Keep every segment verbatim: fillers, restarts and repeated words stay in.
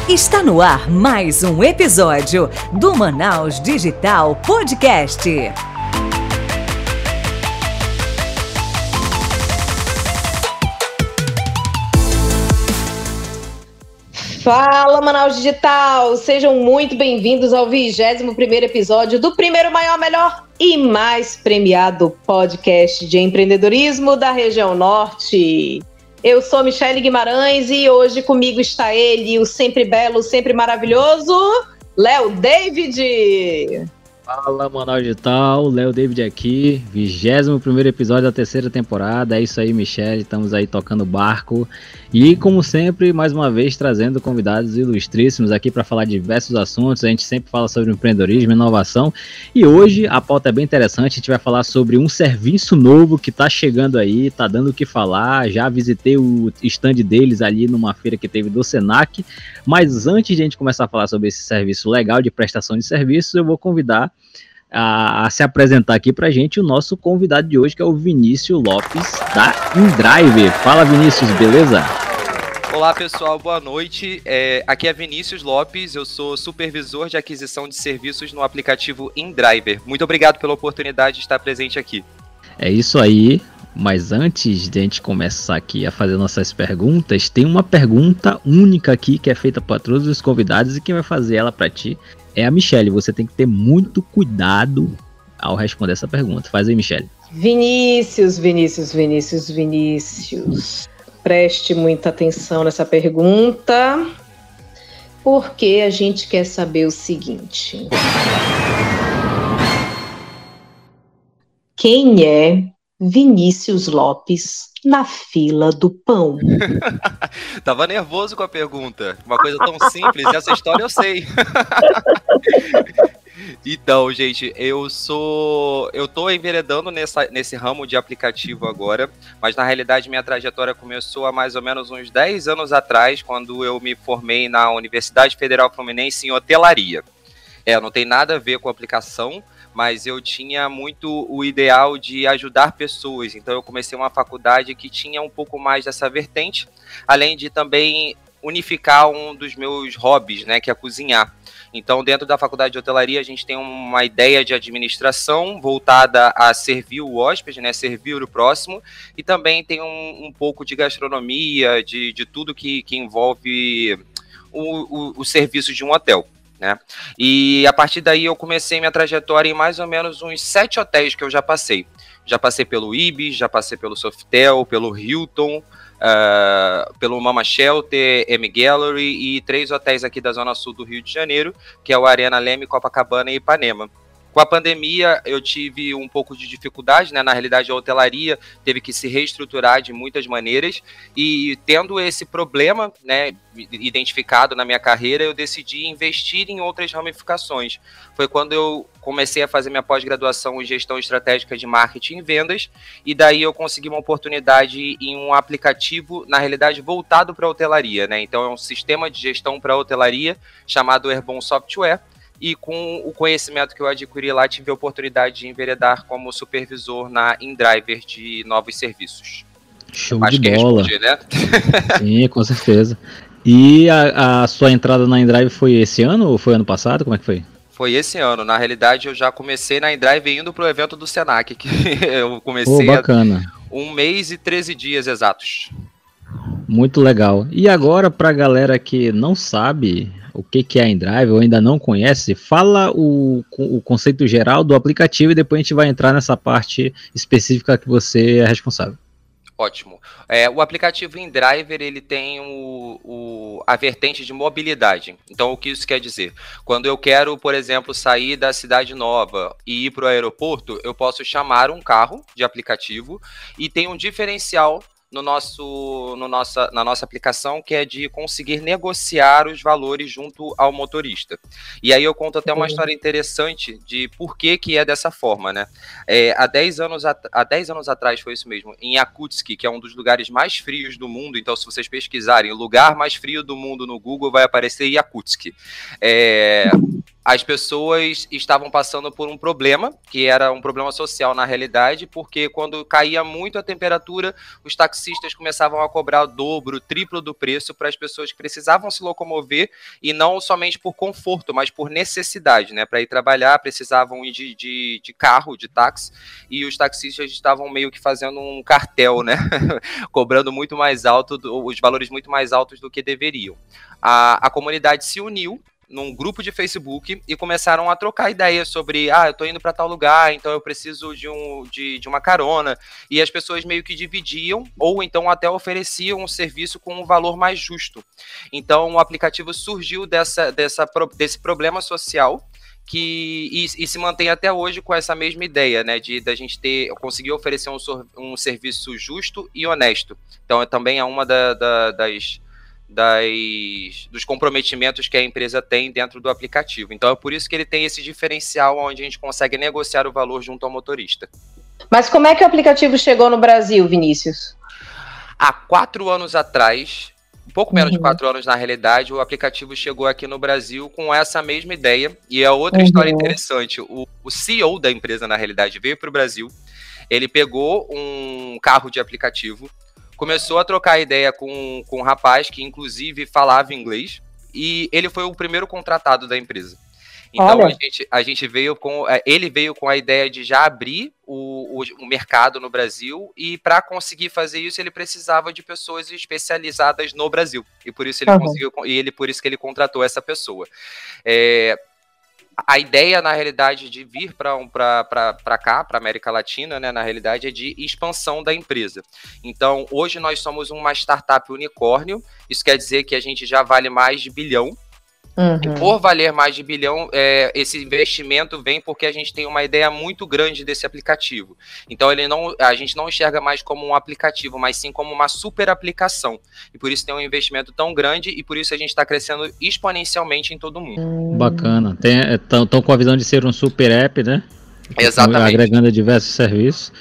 Está no ar mais um episódio do Manaus Digital Podcast. Fala, Manaus Digital! Sejam muito bem-vindos ao vigésimo primeiro episódio do primeiro, maior, melhor e mais premiado podcast de empreendedorismo da região norte. Eu sou Michele Guimarães e hoje comigo está ele, o sempre belo, sempre maravilhoso, Léo David. Fala, Manaus Digital, Léo David aqui, vigésimo primeiro episódio da terceira temporada. É isso aí, Michele, estamos aí tocando barco e, como sempre, mais uma vez trazendo convidados ilustríssimos aqui para falar de diversos assuntos. A gente sempre fala sobre empreendedorismo, inovação, e hoje a pauta é bem interessante. A gente vai falar sobre um serviço novo que está chegando aí, está dando o que falar. Já visitei o stand deles ali numa feira que teve do Senac, mas antes de a gente começar a falar sobre esse serviço legal de prestação de serviços, eu vou convidar A, a se apresentar aqui pra gente o nosso convidado de hoje, que é o Vinícius Lopes, da InDriver. Fala, Vinícius, beleza? Olá, pessoal, boa noite. É, aqui é Vinícius Lopes, eu sou supervisor de aquisição de serviços no aplicativo InDriver. Muito obrigado pela oportunidade de estar presente aqui. É isso aí, mas antes de a gente começar aqui a fazer nossas perguntas, tem uma pergunta única aqui que é feita para todos os convidados, e quem vai fazer ela para ti é a Michele. Você tem que ter muito cuidado ao responder essa pergunta. Faz aí, Michele. Vinícius, Vinícius, Vinícius, Vinícius. Preste muita atenção nessa pergunta, porque a gente quer saber o seguinte: quem é Vinícius Lopes na fila do pão? Tava nervoso com a pergunta. Uma coisa tão simples, essa história eu sei. Então, gente, eu sou... Eu tô enveredando nessa, nesse ramo de aplicativo agora, mas na realidade minha trajetória começou há mais ou menos uns dez anos atrás, quando eu me formei na Universidade Federal Fluminense em hotelaria. É, não tem nada a ver com aplicação, mas eu tinha muito o ideal de ajudar pessoas, então eu comecei uma faculdade que tinha um pouco mais dessa vertente, além de também unificar um dos meus hobbies, né, que é cozinhar. Então, dentro da faculdade de hotelaria, a gente tem uma ideia de administração voltada a servir o hóspede, né, servir o próximo, e também tem um, um pouco de gastronomia, de, de tudo que, que envolve o, o, o serviço de um hotel. Né? E a partir daí eu comecei minha trajetória em mais ou menos uns sete hotéis que eu já passei. Já passei pelo Ibis, já passei pelo Sofitel, pelo Hilton, uh, pelo Mama Shelter, M Gallery e três hotéis aqui da Zona Sul do Rio de Janeiro, que é o Arena Leme, Copacabana e Ipanema. Com a pandemia, eu tive um pouco de dificuldade, né? Na realidade, a hotelaria teve que se reestruturar de muitas maneiras, e tendo esse problema, né, identificado na minha carreira, eu decidi investir em outras ramificações. Foi quando eu comecei a fazer minha pós-graduação em gestão estratégica de marketing e vendas, e daí eu consegui uma oportunidade em um aplicativo, na realidade, voltado para a hotelaria, né? Então, é um sistema de gestão para a hotelaria chamado Airbon Software. E com o conhecimento que eu adquiri lá, tive a oportunidade de enveredar como supervisor na InDriver de novos serviços. Show Acho de que bola. Respondi, né? Sim, com certeza. E a, a sua entrada na InDriver foi esse ano ou foi ano passado? Como é que foi? Foi esse ano. Na realidade, eu já comecei na InDriver indo para o evento do Senac, que eu comecei oh, bacana. há um mês e treze dias exatos. Muito legal. E agora, para a galera que não sabe o que, que é a InDriver ou ainda não conhece, fala o, o conceito geral do aplicativo e depois a gente vai entrar nessa parte específica que você é responsável. Ótimo. É, o aplicativo InDriver, ele tem o, o, a vertente de mobilidade. Então, o que isso quer dizer? Quando eu quero, por exemplo, sair da cidade nova e ir para o aeroporto, eu posso chamar um carro de aplicativo, e tem um diferencial no nosso, no nossa, na nossa aplicação, que é de conseguir negociar os valores junto ao motorista. E aí eu conto até uma história interessante de por que que é dessa forma, né? É, há dez anos, há dez anos atrás, foi isso mesmo, em Yakutsk, que é um dos lugares mais frios do mundo, então se vocês pesquisarem o lugar mais frio do mundo no Google, vai aparecer Yakutsk. É... as pessoas estavam passando por um problema, que era um problema social na realidade, porque quando caía muito a temperatura, os taxistas começavam a cobrar o dobro, o triplo do preço para as pessoas que precisavam se locomover, e não somente por conforto, mas por necessidade, né? Para ir trabalhar, precisavam ir de, de, de carro, de táxi, e os taxistas estavam meio que fazendo um cartel, né? Cobrando muito mais alto, os valores muito mais altos do que deveriam. A, a comunidade se uniu num grupo de Facebook e começaram a trocar ideias sobre, ah, eu tô indo para tal lugar, então eu preciso de, um, de, de uma carona, e as pessoas meio que dividiam, ou então até ofereciam um serviço com um valor mais justo. Então o aplicativo surgiu dessa, dessa, desse problema social, que e, e se mantém até hoje com essa mesma ideia, né, de da gente ter, conseguir oferecer um, um serviço justo e honesto. Então é, também é uma da, da, das Das, dos comprometimentos que a empresa tem dentro do aplicativo. Então é por isso que ele tem esse diferencial onde a gente consegue negociar o valor junto ao motorista. Mas como é que o aplicativo chegou no Brasil, Vinícius? Há quatro anos atrás, um pouco menos uhum. de quatro anos na realidade, o aplicativo chegou aqui no Brasil com essa mesma ideia. E é outra uhum. história interessante. O, o C E O da empresa, na realidade, veio para o Brasil, ele pegou um carro de aplicativo, começou a trocar ideia com, com um rapaz que, inclusive, falava inglês, e ele foi o primeiro contratado da empresa. Então, a gente, a gente veio com... Ele veio com a ideia de já abrir o, o, o mercado no Brasil, e para conseguir fazer isso, ele precisava de pessoas especializadas no Brasil. E por isso ele uhum. conseguiu, e ele, por isso que ele contratou essa pessoa. É... A ideia, na realidade, de vir para um, cá, para a América Latina, né, na realidade, é de expansão da empresa. Então, hoje nós somos uma startup unicórnio, isso quer dizer que a gente já vale mais de bilhão. Uhum. E por valer mais de bilhão, é, esse investimento vem porque a gente tem uma ideia muito grande desse aplicativo. Então ele não, a gente não enxerga mais como um aplicativo, mas sim como uma super aplicação. E por isso tem um investimento tão grande, e por isso a gente está crescendo exponencialmente em todo o mundo. Bacana. Estão com a visão de ser um super app, né? Exatamente. Agregando diversos serviços.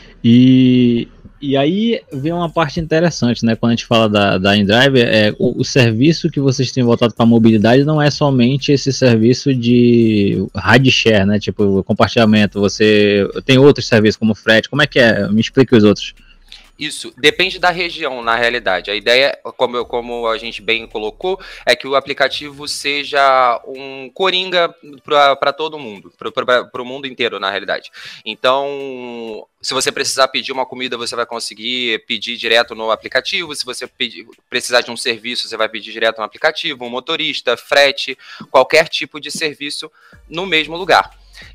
E... E aí vem uma parte interessante, né? Quando a gente fala da, da InDrive, é, o, o serviço que vocês têm voltado para a mobilidade não é somente esse serviço de rideshare, né? Tipo, compartilhamento. Você tem outros serviços como frete. Como é que é? Me explique os outros. Isso, depende da região, na realidade. A ideia, como, como a gente bem colocou, é que o aplicativo seja um coringa para todo mundo, para o mundo inteiro, na realidade. Então, se você precisar pedir uma comida, você vai conseguir pedir direto no aplicativo. Se você pedir, precisar de um serviço, você vai pedir direto no aplicativo, um motorista, frete, qualquer tipo de serviço no mesmo lugar.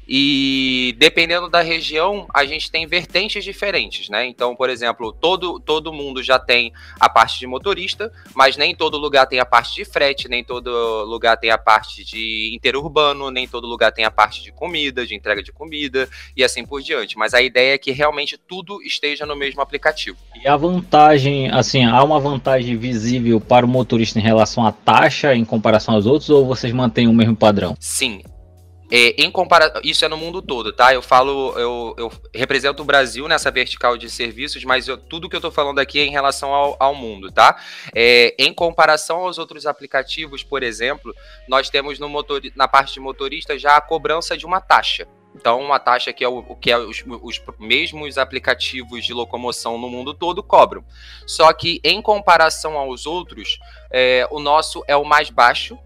E dependendo da região, a gente tem vertentes diferentes, né? Então, por exemplo, todo, todo mundo já tem a parte de motorista, mas nem todo lugar tem a parte de frete, nem todo lugar tem a parte de interurbano, nem todo lugar tem a parte de comida, de entrega de comida e assim por diante. Mas a ideia é que realmente tudo esteja no mesmo aplicativo. E a vantagem, assim, há uma vantagem visível para o motorista em relação à taxa em comparação aos outros, ou vocês mantêm o mesmo padrão? Sim. É, em compara... Isso é no mundo todo, tá? Eu falo, eu, eu represento o Brasil nessa vertical de serviços, mas eu, tudo que eu tô falando aqui é em relação ao, ao mundo, tá? É, em comparação aos outros aplicativos, por exemplo, nós temos no motor... na parte de motorista já a cobrança de uma taxa. Então, uma taxa que é o que é os, os mesmos aplicativos de locomoção no mundo todo cobram. Só que, em comparação aos outros, é, o nosso é o mais baixo,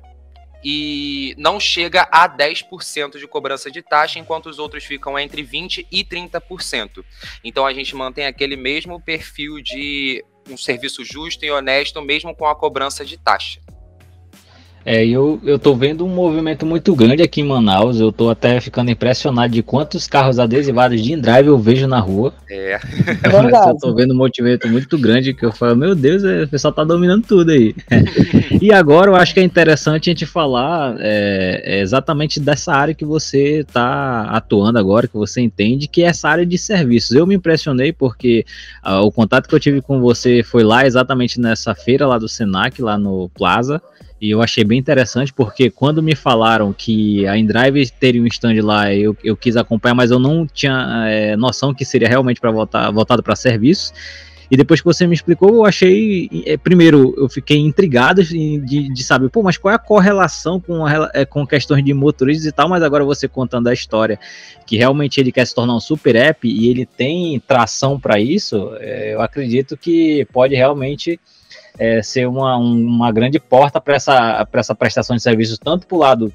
e não chega a dez por cento de cobrança de taxa, enquanto os outros ficam entre vinte por cento e trinta por cento. Então a gente mantém aquele mesmo perfil de um serviço justo e honesto, mesmo com a cobrança de taxa. É, eu, eu tô vendo um movimento muito grande aqui em Manaus. Eu tô até ficando impressionado de quantos carros adesivados de InDrive eu vejo na rua. É. Eu tô vendo um movimento muito grande que eu falo, meu Deus, o pessoal tá dominando tudo aí. E agora eu acho que é interessante a gente falar é, é exatamente dessa área que você tá atuando agora, que você entende, que é essa área de serviços. Eu me impressionei porque uh, o contato que eu tive com você foi lá exatamente nessa feira lá do Senac, lá no Plaza. E eu achei bem interessante porque quando me falaram que a InDrive teria um stand lá, eu, eu quis acompanhar, mas eu não tinha é, noção que seria realmente para voltar voltado para serviços. E depois que você me explicou, eu achei, é, primeiro, eu fiquei intrigado de, de, de saber, pô, mas qual é a correlação com, a, é, com questões de motoristas e tal, mas agora você contando a história, que realmente ele quer se tornar um super app e ele tem tração para isso, é, eu acredito que pode realmente é, ser uma, uma grande porta para essa, para essa prestação de serviços, tanto para o lado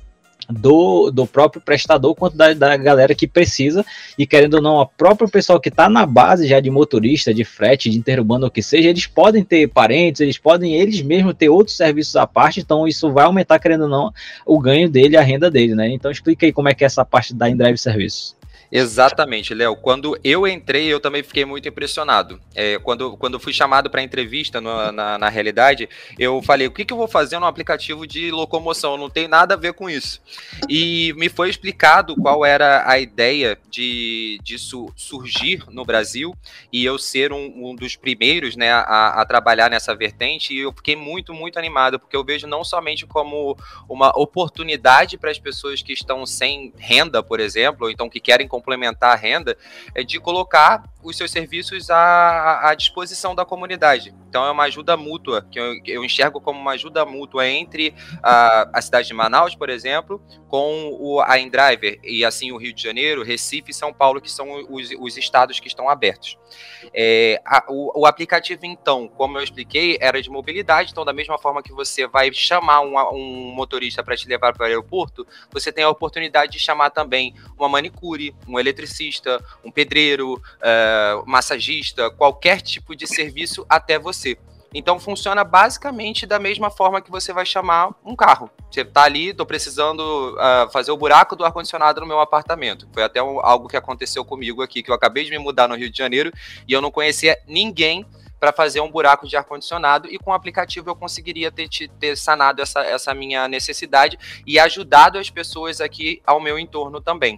Do, do próprio prestador, quanto da, da galera que precisa, e querendo ou não, o próprio pessoal que está na base já de motorista, de frete, de interurbano, o que seja, eles podem ter parentes, eles podem eles mesmos ter outros serviços à parte, então isso vai aumentar, querendo ou não, o ganho dele, a renda dele, né? Então explica aí como é que é essa parte da InDrive Serviços. Exatamente, Léo. Quando eu entrei, eu também fiquei muito impressionado. É, quando, quando fui chamado para entrevista, no, na, na realidade, eu falei, o que, que eu vou fazer no aplicativo de locomoção? Não tem nada a ver com isso. E me foi explicado qual era a ideia de, disso surgir no Brasil e eu ser um, um dos primeiros, né, a, a trabalhar nessa vertente, e eu fiquei muito, muito animado, porque eu vejo não somente como uma oportunidade para as pessoas que estão sem renda, por exemplo, ou então que querem complementar a renda, é de colocar os seus serviços à, à disposição da comunidade. Então é uma ajuda mútua, que eu, eu enxergo como uma ajuda mútua entre a, a cidade de Manaus, por exemplo, com o, a InDriver, e assim o Rio de Janeiro, Recife e São Paulo, que são os, os estados que estão abertos. É, a, o, o aplicativo, então, como eu expliquei, era de mobilidade, então da mesma forma que você vai chamar um, um motorista para te levar para o aeroporto, você tem a oportunidade de chamar também uma manicure, um eletricista, um pedreiro, uh, massagista, qualquer tipo de serviço até você. Então funciona basicamente da mesma forma que você vai chamar um carro. Você está ali, estou precisando uh, fazer o buraco do ar-condicionado no meu apartamento. Foi até um, algo que aconteceu comigo aqui, que eu acabei de me mudar no Rio de Janeiro e eu não conhecia ninguém para fazer um buraco de ar-condicionado, e com o aplicativo eu conseguiria ter, ter sanado essa, essa minha necessidade e ajudado as pessoas aqui ao meu entorno também.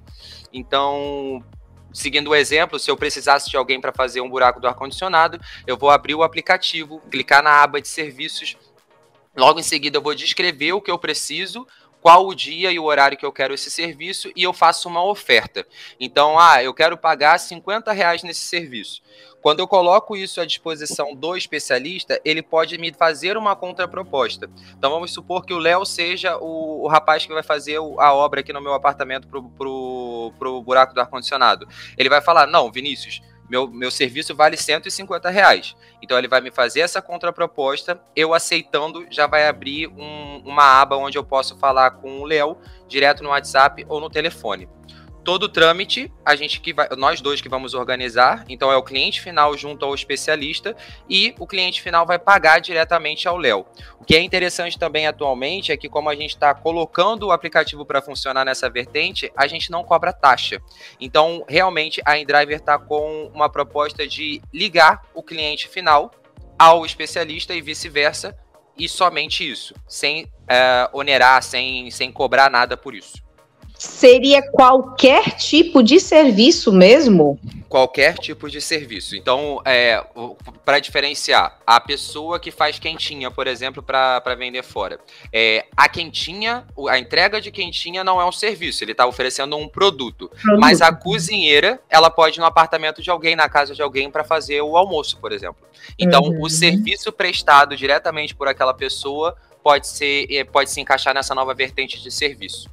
Então, seguindo o exemplo, se eu precisasse de alguém para fazer um buraco do ar-condicionado, eu vou abrir o aplicativo, clicar na aba de serviços, logo em seguida eu vou descrever o que eu preciso, qual o dia e o horário que eu quero esse serviço, e eu faço uma oferta. Então, ah, eu quero pagar cinquenta reais nesse serviço. Quando eu coloco isso à disposição do especialista, ele pode me fazer uma contraproposta. Então vamos supor que o Léo seja o, o rapaz que vai fazer a obra aqui no meu apartamento pro, pro, pro buraco do ar-condicionado. Ele vai falar, não, Vinícius, meu, meu serviço vale cento e cinquenta reais. Então ele vai me fazer essa contraproposta, eu aceitando, já vai abrir um, uma aba onde eu posso falar com o Léo, direto no WhatsApp ou no telefone. Todo o trâmite, a gente que vai, nós dois que vamos organizar, então é o cliente final junto ao especialista, e o cliente final vai pagar diretamente ao Léo. O que é interessante também atualmente é que, como a gente está colocando o aplicativo para funcionar nessa vertente, a gente não cobra taxa. Então, realmente, a InDriver está com uma proposta de ligar o cliente final ao especialista e vice-versa, e somente isso, sem é, onerar, sem, sem cobrar nada por isso. Seria qualquer tipo de serviço mesmo? Qualquer tipo de serviço. Então, é, para diferenciar, a pessoa que faz quentinha, por exemplo, para vender fora. É, a quentinha, a entrega de quentinha não é um serviço, ele está oferecendo um produto. produto. Mas a cozinheira, ela pode ir no apartamento de alguém, na casa de alguém, para fazer o almoço, por exemplo. Então, uhum. o serviço prestado diretamente por aquela pessoa pode, ser, pode se encaixar nessa nova vertente de serviço.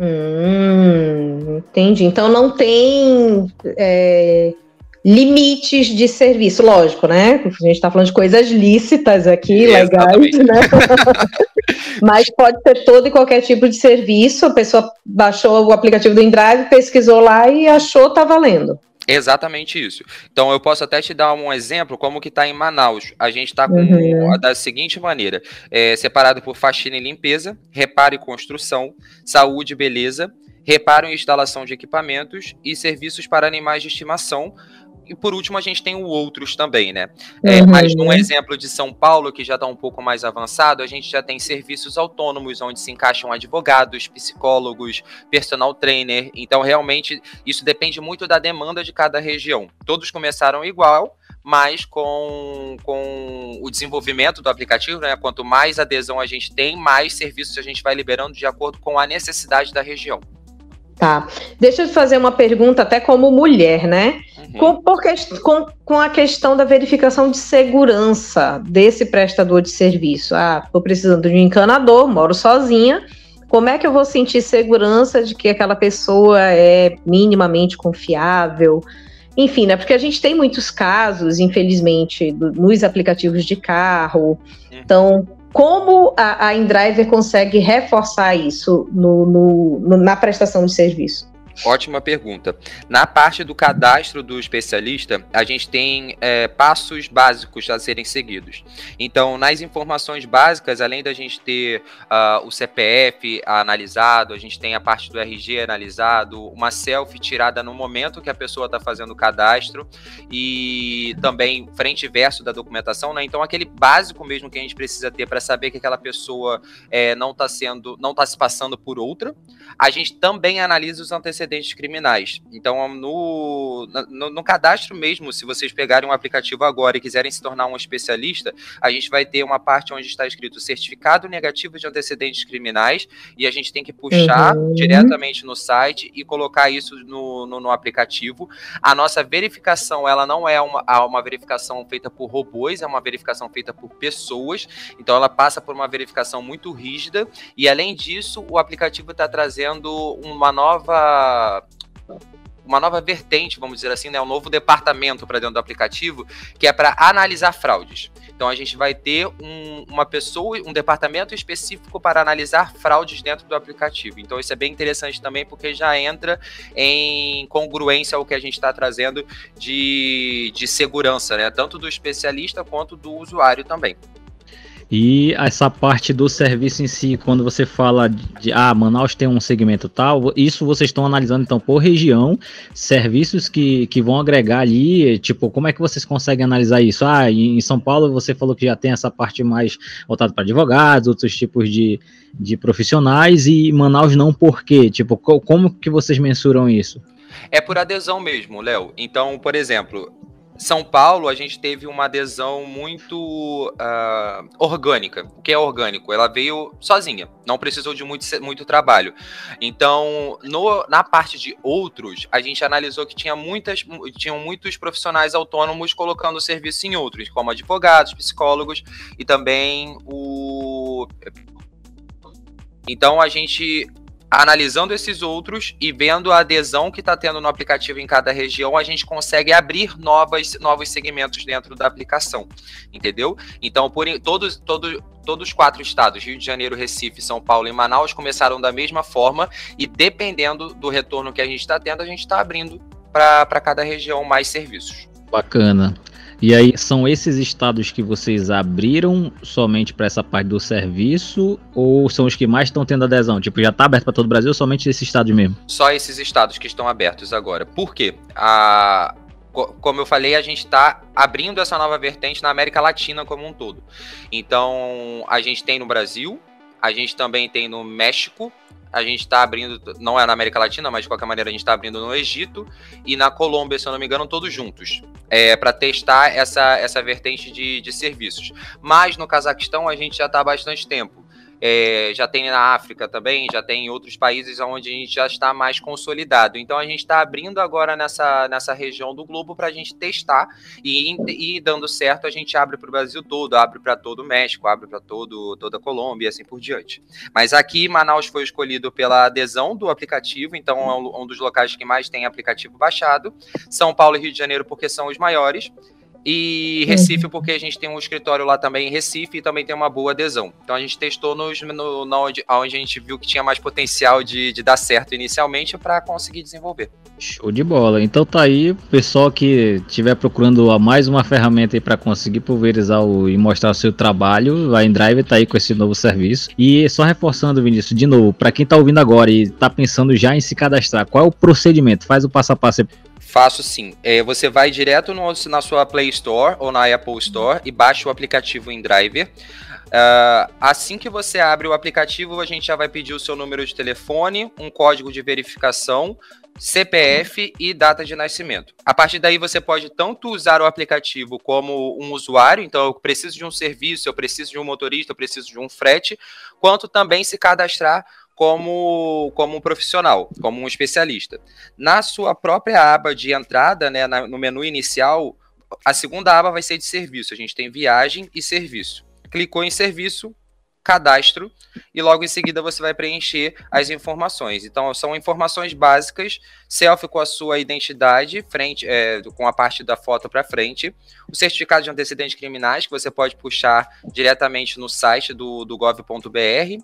Hum, entendi. Então não tem é, limites de serviço, lógico, né? A gente está falando de coisas lícitas aqui, Exatamente. legais, né? Mas pode ser todo e qualquer tipo de serviço. A pessoa baixou o aplicativo do InDrive, pesquisou lá e achou, tá valendo. Exatamente isso. Então eu posso até te dar um exemplo como que está em Manaus. A gente está com Uhum. da seguinte maneira, é, separado por faxina e limpeza, reparo e construção, saúde e beleza, reparo e instalação de equipamentos e serviços para animais de estimação. E por último a gente tem o outros também, né? É, Uhum. Mas num exemplo de São Paulo, que já está um pouco mais avançado, a gente já tem serviços autônomos, onde se encaixam advogados, psicólogos, personal trainer. Então realmente isso depende muito da demanda de cada região. Todos começaram igual, mas com, com o desenvolvimento do aplicativo, né? Quanto mais adesão a gente tem, mais serviços a gente vai liberando de acordo com a necessidade da região. Tá. Deixa eu te fazer uma pergunta até como mulher, né? Uhum. Com, por que, com, com a questão da verificação de segurança desse prestador de serviço. Ah, estou precisando de um encanador, moro sozinha. Como é que eu vou sentir segurança de que aquela pessoa é minimamente confiável? Enfim, né? Porque a gente tem muitos casos, infelizmente, do, nos aplicativos de carro. Uhum. Então, como a, a InDriver consegue reforçar isso no, no, no, na prestação de serviço? Ótima pergunta. Na parte do cadastro do especialista, a gente tem é, passos básicos a serem seguidos. Então, nas informações básicas, além da gente ter uh, o C P F analisado, a gente tem a parte do R G analisado, uma selfie tirada no momento que a pessoa está fazendo o cadastro e também frente e verso da documentação, né? Então, aquele básico mesmo que a gente precisa ter para saber que aquela pessoa é, não está sendo, não está se passando por outra. A gente também analisa os antecedentes criminais. Então, no, no, no cadastro mesmo, se vocês pegarem um aplicativo agora e quiserem se tornar um especialista, a gente vai ter uma parte onde está escrito certificado negativo de antecedentes criminais e a gente tem que puxar uhum. diretamente no site e colocar isso no, no, no aplicativo. A nossa verificação, ela não é uma, uma verificação feita por robôs, é uma verificação feita por pessoas, então ela passa por uma verificação muito rígida e, além disso, o aplicativo está trazendo uma nova uma nova vertente, vamos dizer assim, né, um novo departamento para dentro do aplicativo, que é para analisar fraudes. Então a gente vai ter um, uma pessoa, um departamento específico para analisar fraudes dentro do aplicativo. Então isso é bem interessante também, porque já entra em congruência ao que a gente está trazendo de, de segurança, né, tanto do especialista quanto do usuário também. E essa parte do serviço em si, quando você fala de, ah, Manaus tem um segmento tal, isso vocês estão analisando então por região, serviços que, que vão agregar ali, tipo, como é que vocês conseguem analisar isso? Ah, em São Paulo você falou que já tem essa parte mais voltada para advogados, outros tipos de, de profissionais, e Manaus não, por quê? Tipo, como que vocês mensuram isso? É por adesão mesmo, Léo. Então, por exemplo, São Paulo, a gente teve uma adesão muito uh, orgânica. O que é orgânico? Ela veio sozinha, não precisou de muito, muito trabalho. Então, no, na parte de outros, a gente analisou que tinha muitas, tinham muitos profissionais autônomos colocando serviço em outros, como advogados, psicólogos e também o... Então, a gente... Analisando esses outros e vendo a adesão que está tendo no aplicativo em cada região, a gente consegue abrir novas, novos segmentos dentro da aplicação, entendeu? Então, por todos, todos, todos os quatro estados, Rio de Janeiro, Recife, São Paulo e Manaus, começaram da mesma forma e, dependendo do retorno que a gente está tendo, a gente está abrindo para cada região mais serviços. Bacana. E aí, são esses estados que vocês abriram somente para essa parte do serviço, ou são os que mais estão tendo adesão? Tipo, já está aberto para todo o Brasil ou somente esses estados mesmo? Só esses estados que estão abertos agora. Por quê? A... Como eu falei, a gente está abrindo essa nova vertente na América Latina como um todo. Então, a gente tem no Brasil, a gente também tem no México, a gente está abrindo, não é na América Latina, mas de qualquer maneira a gente está abrindo no Egito e na Colômbia, se eu não me engano, todos juntos, é, para testar essa, essa vertente de, de serviços. Mas no Cazaquistão a gente já está há bastante tempo. É, já tem na África também, já tem em outros países onde a gente já está mais consolidado. Então a gente está abrindo agora nessa, nessa região do globo para a gente testar e, e dando certo a gente abre para o Brasil todo, abre para todo o México, abre para toda a Colômbia e assim por diante. Mas aqui Manaus foi escolhido pela adesão do aplicativo, então é um, um dos locais que mais tem aplicativo baixado. São Paulo e Rio de Janeiro porque são os maiores. E Recife, porque a gente tem um escritório lá também em Recife e também tem uma boa adesão. Então a gente testou nos, no, no, onde, onde a gente viu que tinha mais potencial de, de dar certo inicialmente para conseguir desenvolver. Show de bola. Então tá aí, pessoal que estiver procurando mais uma ferramenta aí para conseguir pulverizar o, e mostrar o seu trabalho, a InDriver tá aí com esse novo serviço. E só reforçando, Vinícius, de novo, para quem tá ouvindo agora e tá pensando já em se cadastrar, qual é o procedimento? Faz o passo a passo aí. Faço sim. É, você vai direto no, na sua Play Store ou na Apple Store e baixa o aplicativo InDriver. Uh, assim que você abre o aplicativo, a gente já vai pedir o seu número de telefone, um código de verificação, C P F e data de nascimento. A partir daí você pode tanto usar o aplicativo como um usuário, então eu preciso de um serviço, eu preciso de um motorista, eu preciso de um frete, quanto também se cadastrar como, como um profissional, como um especialista. Na sua própria aba de entrada, né, na, no menu inicial, a segunda aba vai ser de serviço. A gente tem viagem e serviço. Clicou em serviço, cadastro, e logo em seguida você vai preencher as informações. Então, são informações básicas, selfie com a sua identidade, frente, é, com a parte da foto para frente, o certificado de antecedentes criminais, que você pode puxar diretamente no site do, do gov ponto br,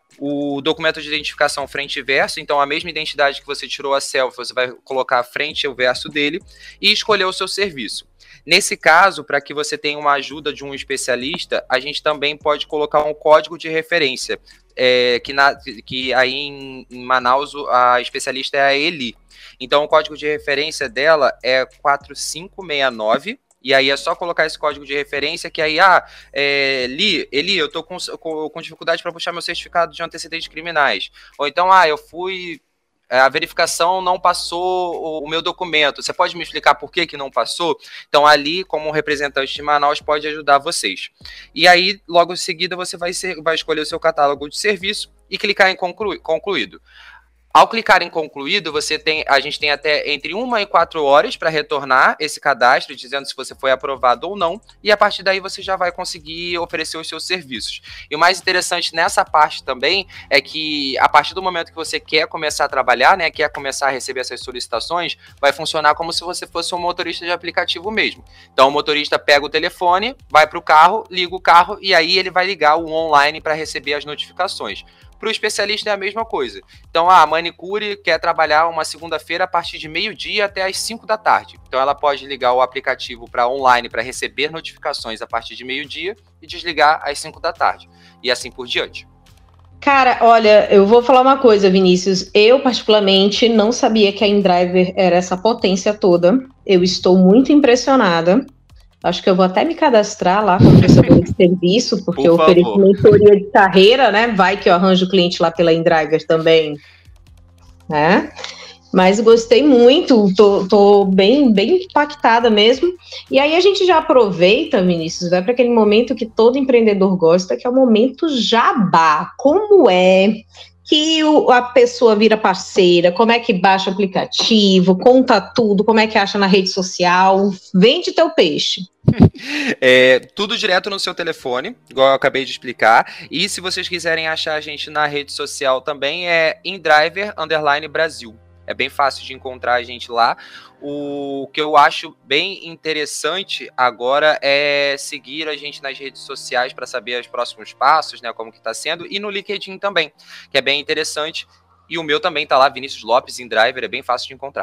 o documento de identificação frente e verso, então a mesma identidade que você tirou a selfie, você vai colocar a frente e o verso dele, e escolher o seu serviço. Nesse caso, para que você tenha uma ajuda de um especialista, a gente também pode colocar um código de referência, é, que, na, que aí em, em Manaus a especialista é a Eli. Então o código de referência dela é quatro cinco seis nove, e aí é só colocar esse código de referência, que aí, ah, é, Li, Eli, eu tô com, com, com dificuldade para puxar meu certificado de antecedentes criminais. Ou então, ah, eu fui... a verificação não passou o meu documento. Você pode me explicar por que que não passou? Então, ali, como representante de Manaus, pode ajudar vocês. E aí, logo em seguida, você vai, ser, vai escolher o seu catálogo de serviço e clicar em conclu, concluído. Ao clicar em concluído, você tem, a gente tem até entre uma e quatro horas para retornar esse cadastro, dizendo se você foi aprovado ou não, e a partir daí você já vai conseguir oferecer os seus serviços. E o mais interessante nessa parte também é que a partir do momento que você quer começar a trabalhar, né, quer começar a receber essas solicitações, vai funcionar como se você fosse um motorista de aplicativo mesmo. Então o motorista pega o telefone, vai para o carro, liga o carro e aí ele vai ligar o online para receber as notificações. Para o especialista é a mesma coisa. Então, a manicure quer trabalhar uma segunda-feira a partir de meio-dia até as cinco da tarde. Então, ela pode ligar o aplicativo para online para receber notificações a partir de meio-dia e desligar às cinco da tarde. E assim por diante. Cara, olha, eu vou falar uma coisa, Vinícius. Eu, particularmente, não sabia que a InDriver era essa potência toda. Eu estou muito impressionada. Acho que eu vou até me cadastrar lá como prestador de serviço, porque eu ofereço mentoria de carreira, né? Vai que eu arranjo o cliente lá pela InDriver também, né? Mas gostei muito, tô, tô bem, bem impactada mesmo. E aí a gente já aproveita, Vinícius, vai para aquele momento que todo empreendedor gosta, que é o momento jabá. Como é que o, a pessoa vira parceira, como é que baixa o aplicativo, conta tudo, como é que acha na rede social, vende teu peixe. É, tudo direto no seu telefone, igual eu acabei de explicar, e se vocês quiserem achar a gente na rede social também é InDriver underline Brasil. É bem fácil de encontrar a gente lá. O que eu acho bem interessante agora é seguir a gente nas redes sociais para saber os próximos passos, né, como que está sendo, e no LinkedIn também, que é bem interessante. E o meu também tá lá, Vinícius Lopes, InDriver, é bem fácil de encontrar.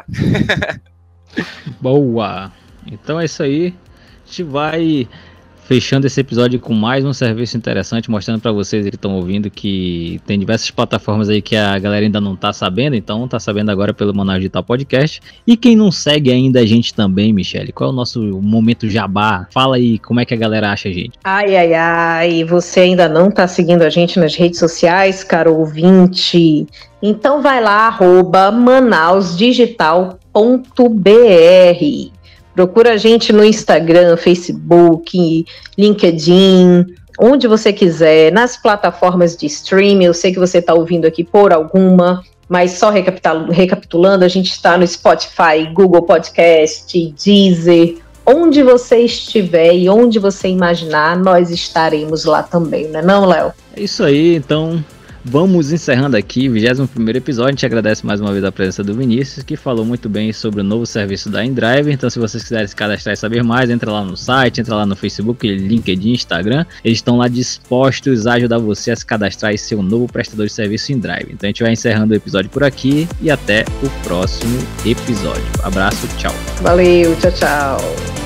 Boa! Então é isso aí. A gente vai fechando esse episódio com mais um serviço interessante, mostrando para vocês que estão ouvindo que tem diversas plataformas aí que a galera ainda não tá sabendo, então tá sabendo agora pelo Manaus Digital Podcast. E quem não segue ainda a gente também, Michele, qual é o nosso momento jabá? Fala aí como é que a galera acha a gente. Ai, ai, ai, você ainda não tá seguindo a gente nas redes sociais, caro ouvinte? Então vai lá, arroba manaus digital ponto b r. Procura a gente no Instagram, Facebook, LinkedIn, onde você quiser, nas plataformas de streaming. Eu sei que você está ouvindo aqui por alguma, mas só recapitulando, a gente está no Spotify, Google Podcast, Deezer, onde você estiver e onde você imaginar, nós estaremos lá também, não é não, Léo? É isso aí, então... Vamos encerrando aqui o vigésimo primeiro episódio. A gente agradece mais uma vez a presença do Vinícius, que falou muito bem sobre o novo serviço da InDriver. Então, se vocês quiserem se cadastrar e saber mais, entra lá no site, entra lá no Facebook, LinkedIn, Instagram. Eles estão lá dispostos a ajudar você a se cadastrar e ser um novo prestador de serviço InDriver. Então, a gente vai encerrando o episódio por aqui e até o próximo episódio. Abraço, tchau. Valeu, tchau, tchau.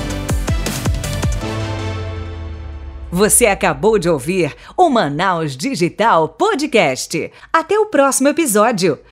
Você acabou de ouvir o Manaus Digital Podcast. Até o próximo episódio.